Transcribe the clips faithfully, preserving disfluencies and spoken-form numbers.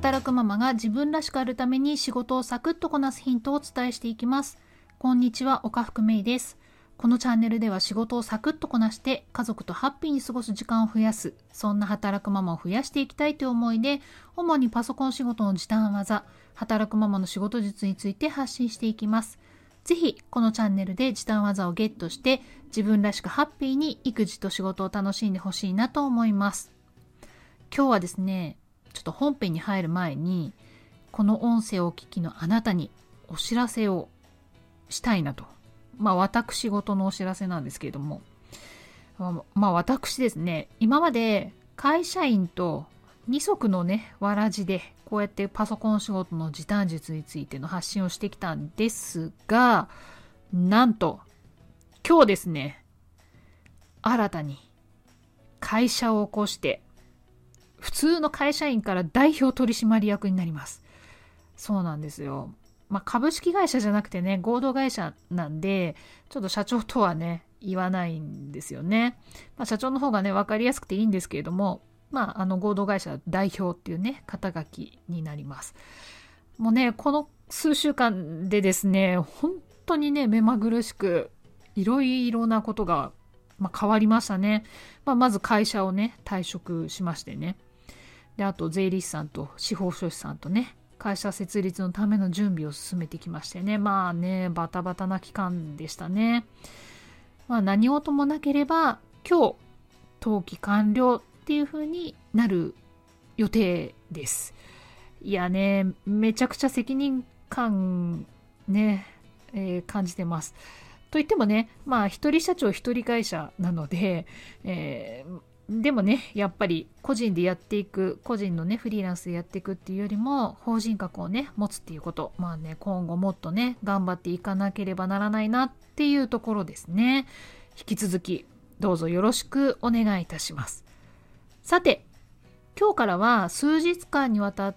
働くママが自分らしくあるために仕事をサクッとこなすヒントをお伝えしていきます。こんにちは、岡福芽衣です。このチャンネルでは仕事をサクッとこなして家族とハッピーに過ごす時間を増やす、そんな働くママを増やしていきたいという思いで、主にパソコン仕事の時短技、働くママの仕事術について発信していきます。ぜひこのチャンネルで時短技をゲットして自分らしくハッピーに育児と仕事を楽しんでほしいなと思います。今日はですね、ちょっと本編に入る前にこの音声をお聞きのあなたにお知らせをしたいなと。まあ私事のお知らせなんですけれども、まあ私ですね、今まで会社員と二足のねわらじでこうやってパソコン仕事の時短術についての発信をしてきたんですが、なんと今日ですね、新たに会社を起こして普通の会社員から代表取締役になります。そうなんですよ。まあ、株式会社じゃなくてね、合同会社なんで、ちょっと社長とはね、言わないんですよね。まあ、社長の方がね、わかりやすくていいんですけれども、まあ、あの合同会社代表っていうね、肩書きになります。もうね、この数週間でですね、本当にね、目まぐるしく、いろいろなことが、まあ、変わりましたね。まあ、まず会社をね、退職しましてね。で、あと税理士さんと司法書士さんとね、会社設立のための準備を進めてきましてね、まあね、バタバタな期間でしたね。まあ何事もなければ、今日、登記完了っていう風になる予定です。いやね、めちゃくちゃ責任感ね、えー、感じてます。といってもね、まあ一人社長一人会社なので、えーでもね、やっぱり個人でやっていく、個人のね、フリーランスでやっていくっていうよりも、法人格をね、持つっていうこと。まあね、今後もっとね、頑張っていかなければならないなっていうところですね。引き続き、どうぞよろしくお願いいたします。さて、今日からは数日間にわたって、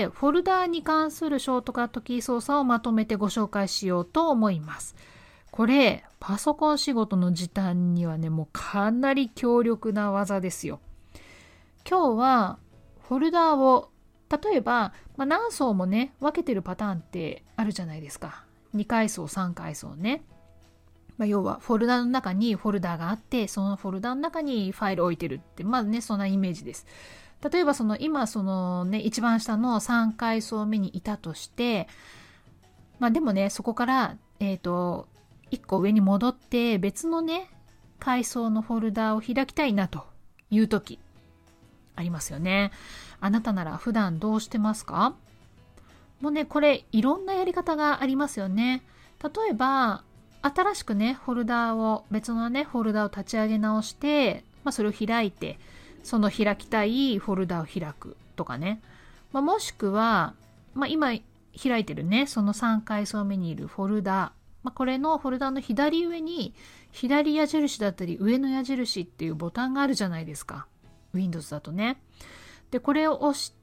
フォルダーに関するショートカットキー操作をまとめてご紹介しようと思います。これ、パソコン仕事の時短にはね、もうかなり強力な技ですよ。今日はフォルダーを、例えば、まあ、何層もね、分けてるパターンってあるじゃないですか。にかい層、さんかい層ね。まあ、要は、フォルダーの中にフォルダーがあって、そのフォルダーの中にファイルを置いてるって、まずね、そんなイメージです。例えば、その今、そのね、一番下のさんかい層目にいたとして、まあでもね、そこから、えっと、一個上に戻って別のね、階層のフォルダを開きたいなという時ありますよね。あなたなら普段どうしてますか？もうね、これいろんなやり方がありますよね。例えば、新しくね、フォルダを、別のね、フォルダを立ち上げ直して、まあそれを開いて、その開きたいフォルダを開くとかね。まあ、もしくは、まあ今開いてるね、そのさんかい層目にいるフォルダ、まあ、これのフォルダの左上に左矢印だったり上の矢印っていうボタンがあるじゃないですか。Windows だとね。で、これを押して、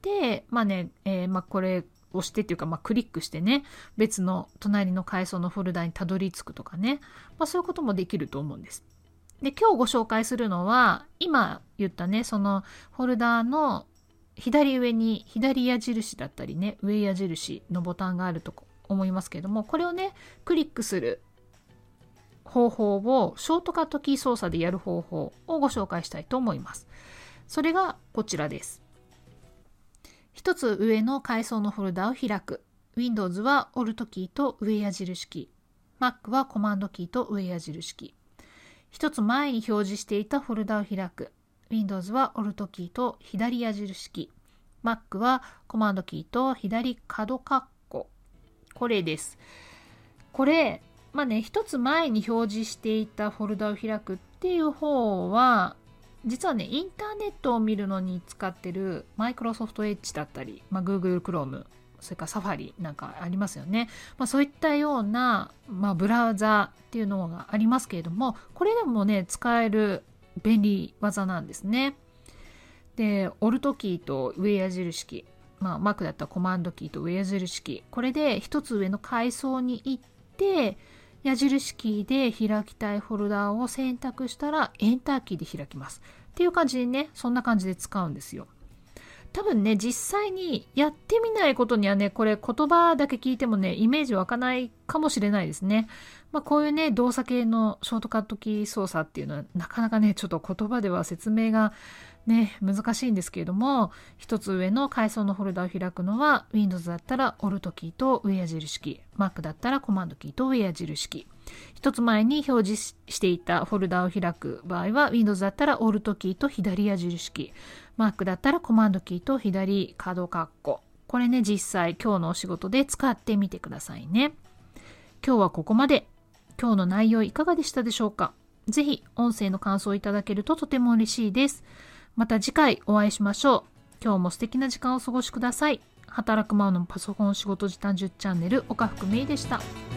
まあね、えー、まあこれ押してっていうか、まあクリックしてね、別の隣の階層のフォルダにたどり着くとかね。まあそういうこともできると思うんです。で、今日ご紹介するのは、今言ったね、そのフォルダの左上に左矢印だったりね、上矢印のボタンがあるとこ思いますけれども、これをねクリックする方法をショートカットキー操作でやる方法をご紹介したいと思います。それがこちらです。一つ上の階層のフォルダを開く。 Windows は Alt キーと上矢印キー、 Mac はコマンドキーと上矢印キー。一つ前に表示していたフォルダを開く。 Windows は Alt キーと左矢印キー、 Mac はコマンドキーと左角括弧。これです。これ、まあね、一つ前に表示していたフォルダを開くっていう方は、実はね、インターネットを見るのに使ってる Microsoft Edge だったり、まあ、Google Chrome、それから Safari なんかありますよね。まあ、そういったような、まあ、ブラウザっていうのがありますけれども、これでもね、使える便利技なんですね。で、Alt キーと上矢印キー。まあ、Mac だったらコマンドキーと上矢印キー。これで一つ上の階層に行って、矢印キーで開きたいフォルダを選択したらエンターキーで開きます。っていう感じでね、そんな感じで使うんですよ。 多分ね、実際にやってみないことにはね、これ言葉だけ聞いてもね、イメージ湧かないかもしれないですね。まあこういうね、動作系のショートカットキー操作っていうのはなかなかね、ちょっと言葉では説明がね、難しいんですけれども、一つ上の階層のフォルダを開くのは Windows だったら Alt キーと上矢印キー、Mac だったらコマンドキーと上矢印キー。一つ前に表示していたフォルダを開く場合は Windows だったら Alt キーと左矢印キー、Mac だったらコマンドキーと左角括弧。これね、実際今日のお仕事で使ってみてくださいね。今日はここまで。今日の内容いかがでしたでしょうか？ぜひ音声の感想をいただけるととても嬉しいです。また次回お会いしましょう。今日も素敵な時間をお過ごしください。働くママのパソコン仕事時短じゅうチャンネル岡福芽衣でした。